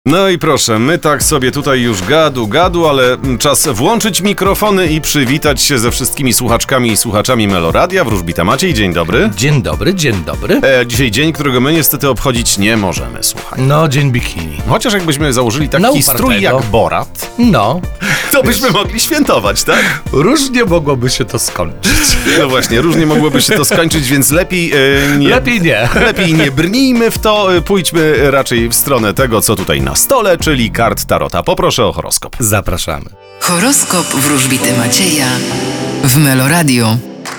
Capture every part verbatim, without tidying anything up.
No i proszę, my tak sobie tutaj już gadu, gadu, ale czas włączyć mikrofony i przywitać się ze wszystkimi słuchaczkami i słuchaczami Meloradia. Wróżbita Maciej, dzień dobry. Dzień dobry, dzień dobry. E, dzisiaj dzień, którego my niestety obchodzić nie możemy, słuchaj. No, dzień bikini. Chociaż jakbyśmy założyli taki No, strój upartego. jak Borat, No, to byśmy mogli świętować, tak? różnie mogłoby się to skończyć. No właśnie, różnie mogłoby się to skończyć, więc lepiej e, nie... Lepiej nie. Lepiej nie brnijmy w to, e, pójdźmy raczej w stronę tego, co tutaj na stole, czyli kart Tarota. Poproszę o horoskop. Zapraszamy. Horoskop wróżbity Macieja w Meloradio.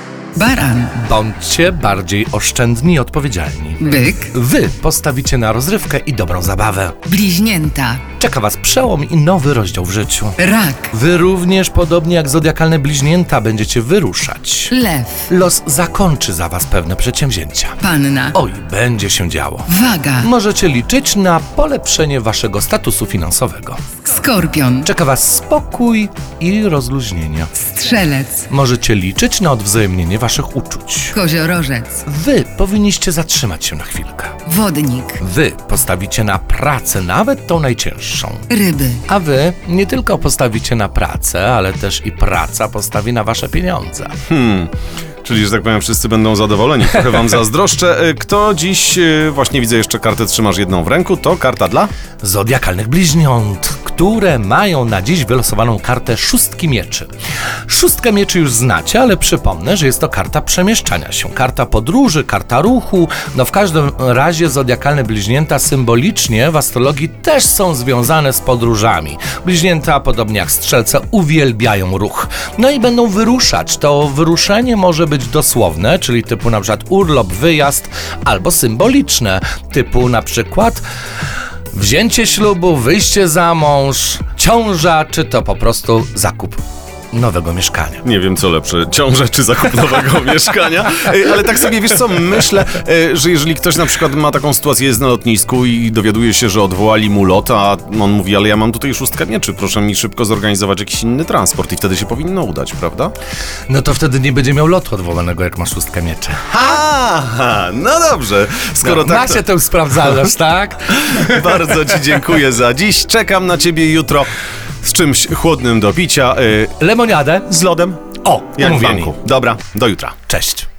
Baran, Bądźcie bardziej oszczędni i odpowiedzialni. byk, Wy postawicie na rozrywkę i dobrą zabawę. bliźnięta, Czeka was przełom i nowy rozdział w życiu. rak, Wy również, podobnie jak zodiakalne bliźnięta, będziecie wyruszać. lew, Los zakończy za was pewne przedsięwzięcia. panna, Oj, będzie się działo. waga, Możecie liczyć na polepszenie waszego statusu finansowego. skorpion, Czeka was spokój i rozluźnienie. strzelec, Możecie liczyć na odwzajemnienie waszych uczuć. koziorożec, Wy powinniście zatrzymać się na chwilkę. wodnik, Wy postawicie na pracę, nawet tą najcięższą. ryby, A wy nie tylko postawicie na pracę, ale też i praca postawi na wasze pieniądze. Hmm, czyli, że tak powiem, wszyscy będą zadowoleni. Trochę wam zazdroszczę. E, Kto dziś, e, właśnie widzę jeszcze kartę, trzymasz jedną w ręku, to karta dla? Zodiakalnych bliźniąt, które mają na dziś wylosowaną kartę szóstki mieczy. Szóstkę mieczy już znacie, ale przypomnę, że jest to karta przemieszczania się, karta podróży, karta ruchu. No w każdym razie zodiakalne bliźnięta symbolicznie w astrologii też są związane z podróżami. Bliźnięta, podobnie jak strzelce, uwielbiają ruch. No i będą wyruszać. To wyruszenie może być dosłowne, czyli typu na przykład urlop, wyjazd, albo symboliczne, typu na przykład wzięcie ślubu, wyjście za mąż, ciąża, czy to po prostu zakup nowego mieszkania. Nie wiem, co lepsze, ciąża czy zakup nowego mieszkania, E, ale tak sobie, wiesz co, myślę, e, że jeżeli ktoś na przykład ma taką sytuację, jest na lotnisku i dowiaduje się, że odwołali mu lot, a on mówi, ale ja mam tutaj szóstkę mieczy, proszę mi szybko zorganizować jakiś inny transport i wtedy się powinno udać, prawda? No to wtedy nie będzie miał lotu odwołanego, jak ma szóstkę mieczy. Aha, no dobrze, skoro No, tak, macie tę sprawdzalność, tak? to bardzo ci dziękuję za dziś, czekam na ciebie jutro z czymś chłodnym do picia, e, Lemoniadę z lodem, O, jak w umówieni. banku. Dobra, do jutra. Cześć.